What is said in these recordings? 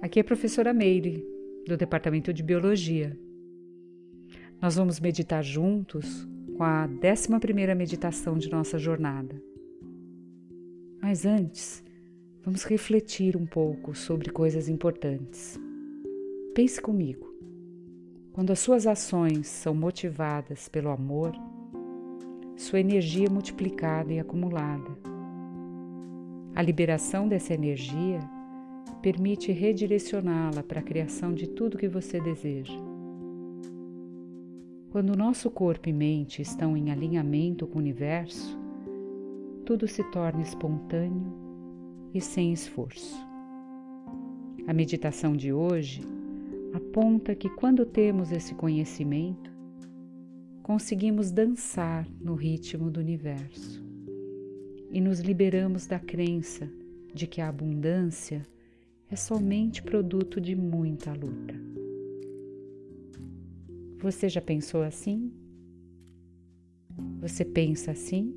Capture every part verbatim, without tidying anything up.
Aqui é a professora Meire, do Departamento de Biologia. Nós vamos meditar juntos com a décima primeira meditação de nossa jornada. Mas antes, vamos refletir um pouco sobre coisas importantes. Pense comigo. Quando as suas ações são motivadas pelo amor, sua energia é multiplicada e acumulada. A liberação dessa energia permite redirecioná-la para a criação de tudo que você deseja. Quando nosso corpo e mente estão em alinhamento com o universo, tudo se torna espontâneo e sem esforço. A meditação de hoje aponta que quando temos esse conhecimento, conseguimos dançar no ritmo do universo e nos liberamos da crença de que a abundância é somente produto de muita luta. Você já pensou assim? Você pensa assim?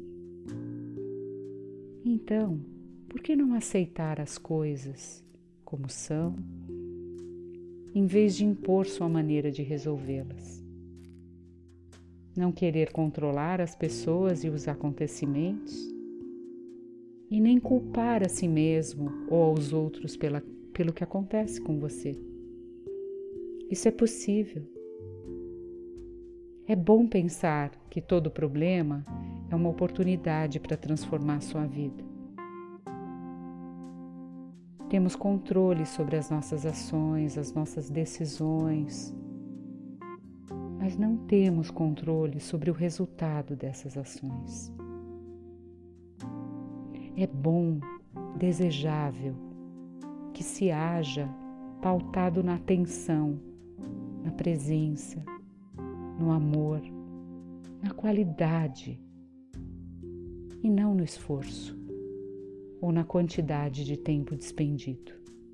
Então, por que não aceitar as coisas como são, em vez de impor sua maneira de resolvê-las? Não querer controlar as pessoas e os acontecimentos, e nem culpar a si mesmo ou aos outros pela, pelo que acontece com você. Isso é possível. É bom pensar que todo problema é uma oportunidade para transformar sua vida. Temos controle sobre as nossas ações, as nossas decisões, mas não temos controle sobre o resultado dessas ações. É bom, desejável, que se haja pautado na atenção, na presença, no amor, na qualidade e não no esforço ou na quantidade de tempo despendido.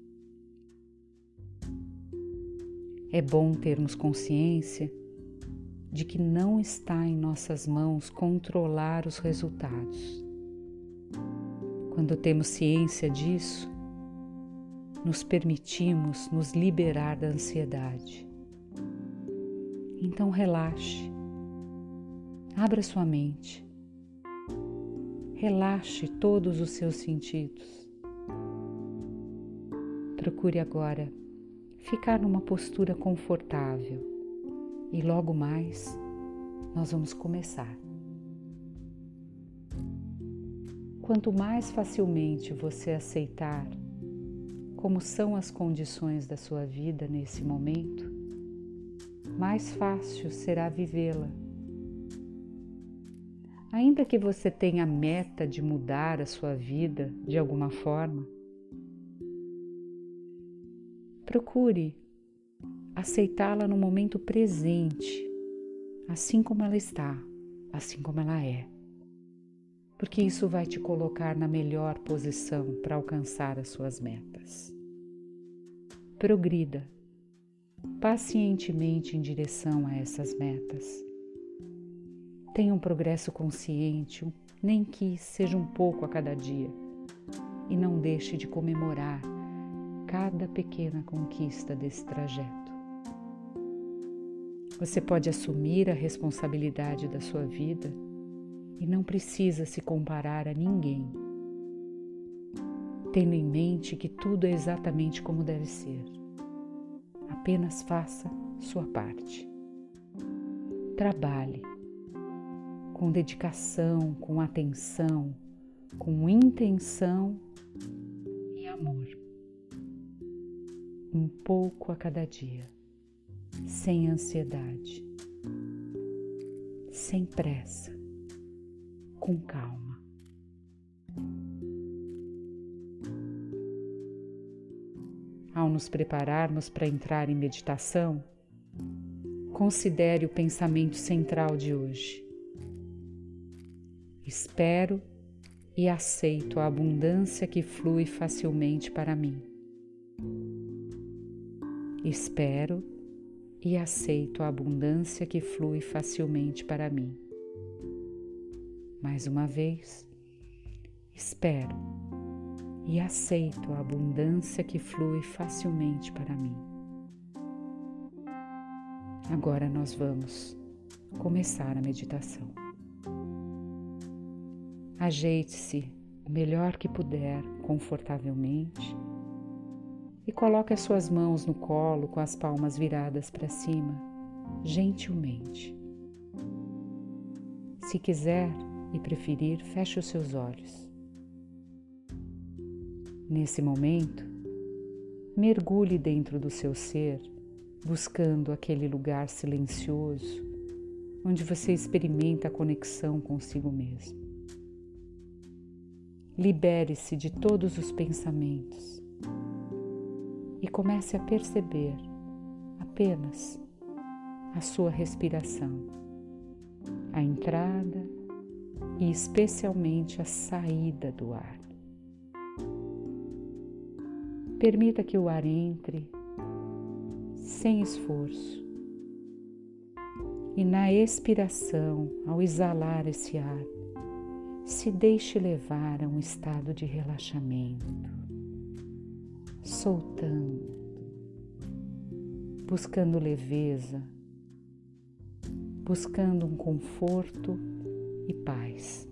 É bom termos consciência de que não está em nossas mãos controlar os resultados. Quando temos ciência disso, nos permitimos nos liberar da ansiedade. Então relaxe, abra sua mente, relaxe todos os seus sentidos. Procure agora ficar numa postura confortável e logo mais nós vamos começar. Quanto mais facilmente você aceitar como são as condições da sua vida nesse momento, mais fácil será vivê-la. Ainda que você tenha a meta de mudar a sua vida de alguma forma, procure aceitá-la no momento presente, assim como ela está, assim como ela é, porque isso vai te colocar na melhor posição para alcançar as suas metas. Progrida pacientemente em direção a essas metas. Tenha um progresso consciente, nem que seja um pouco a cada dia, e não deixe de comemorar cada pequena conquista desse trajeto. Você pode assumir a responsabilidade da sua vida e não precisa se comparar a ninguém, tendo em mente que tudo é exatamente como deve ser. Apenas faça sua parte. Trabalhe com dedicação, com atenção, com intenção e amor. Um pouco a cada dia, sem ansiedade, sem pressa, com calma. Ao nos prepararmos para entrar em meditação, considere o pensamento central de hoje. Espero e aceito a abundância que flui facilmente para mim. Espero e aceito a abundância que flui facilmente para mim. Mais uma vez, espero e aceito a abundância que flui facilmente para mim. Agora nós vamos começar a meditação. Ajeite-se o melhor que puder, confortavelmente, e coloque as suas mãos no colo com as palmas viradas para cima, gentilmente. Se quiser e preferir, feche os seus olhos. Nesse momento, mergulhe dentro do seu ser, buscando aquele lugar silencioso onde você experimenta a conexão consigo mesmo. Libere-se de todos os pensamentos e comece a perceber apenas a sua respiração, a entrada e especialmente a saída do ar. Permita que o ar entre sem esforço e na expiração, ao exalar esse ar, se deixe levar a um estado de relaxamento, soltando, buscando leveza, buscando um conforto e paz.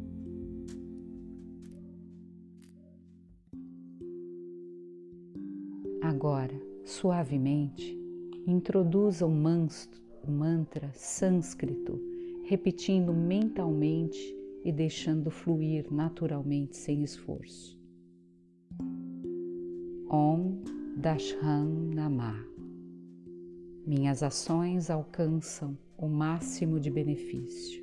Agora, suavemente, introduza um mantra sânscrito, repetindo mentalmente e deixando fluir naturalmente sem esforço. Om Dashram Namah. Minhas ações alcançam o máximo de benefício.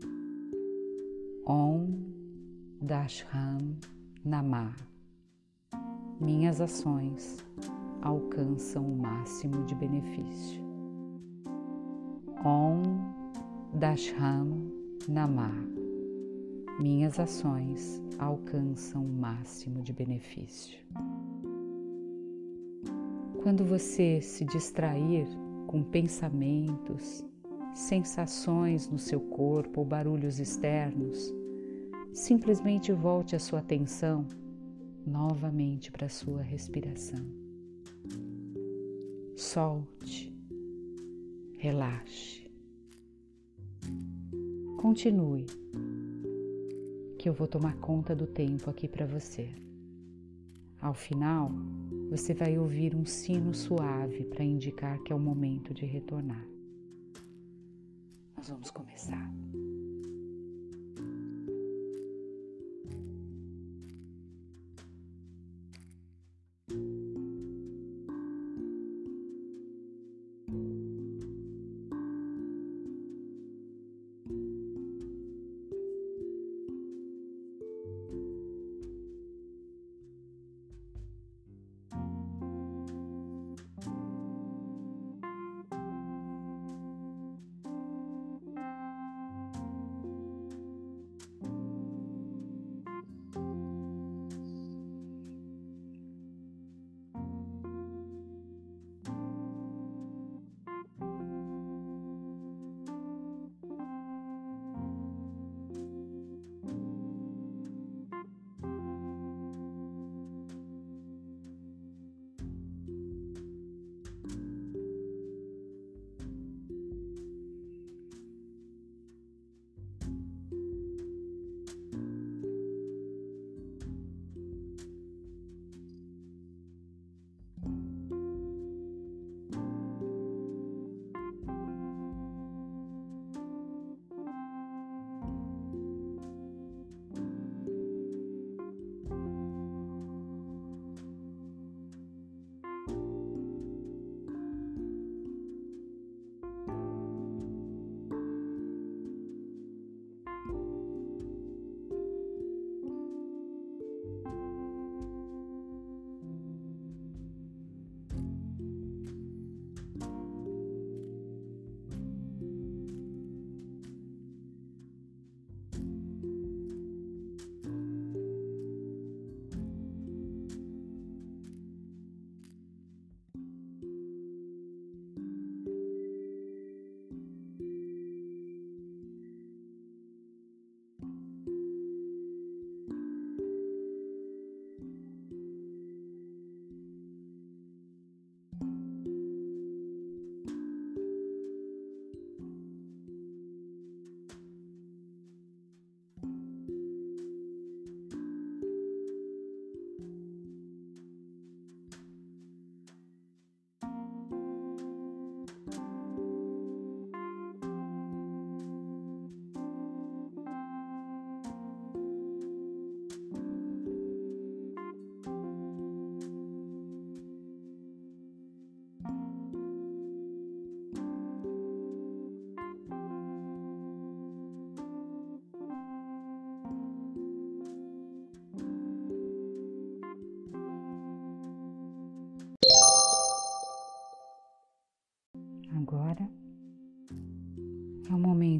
Om Dashram Namah. Minhas ações alcançam o máximo de benefício. Om Dashram Namah. Minhas ações alcançam o máximo de benefício. Quando você se distrair com pensamentos, sensações no seu corpo ou barulhos externos, simplesmente volte a sua atenção novamente para a sua respiração. Solte, relaxe. Continue, que eu vou tomar conta do tempo aqui para você. Ao final, você vai ouvir um sino suave para indicar que é o momento de retornar. Nós vamos começar.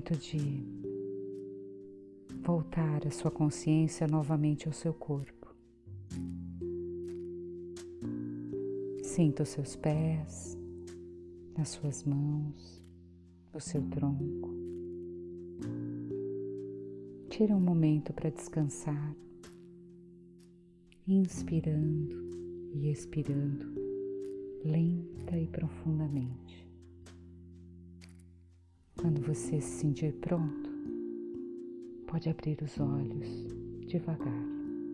momento de voltar a sua consciência novamente ao seu corpo. Sinta os seus pés, as suas mãos, o seu tronco. Tire um momento para descansar, inspirando e expirando lenta e profundamente. Quando você se sentir pronto, pode abrir os olhos devagar.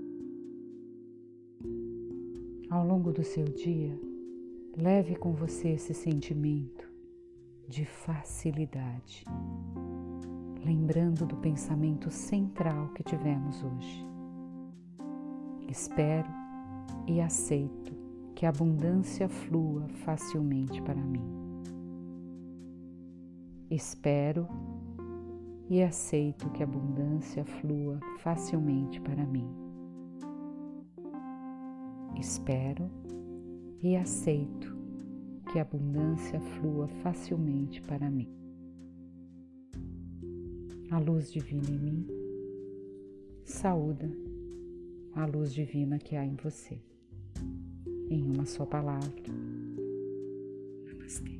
Ao longo do seu dia, leve com você esse sentimento de facilidade, lembrando do pensamento central que tivemos hoje. Espero e aceito que a abundância flua facilmente para mim. Espero e aceito que a abundância flua facilmente para mim. Espero e aceito que a abundância flua facilmente para mim. A luz divina em mim saúda a luz divina que há em você. Em uma só palavra. Namastê.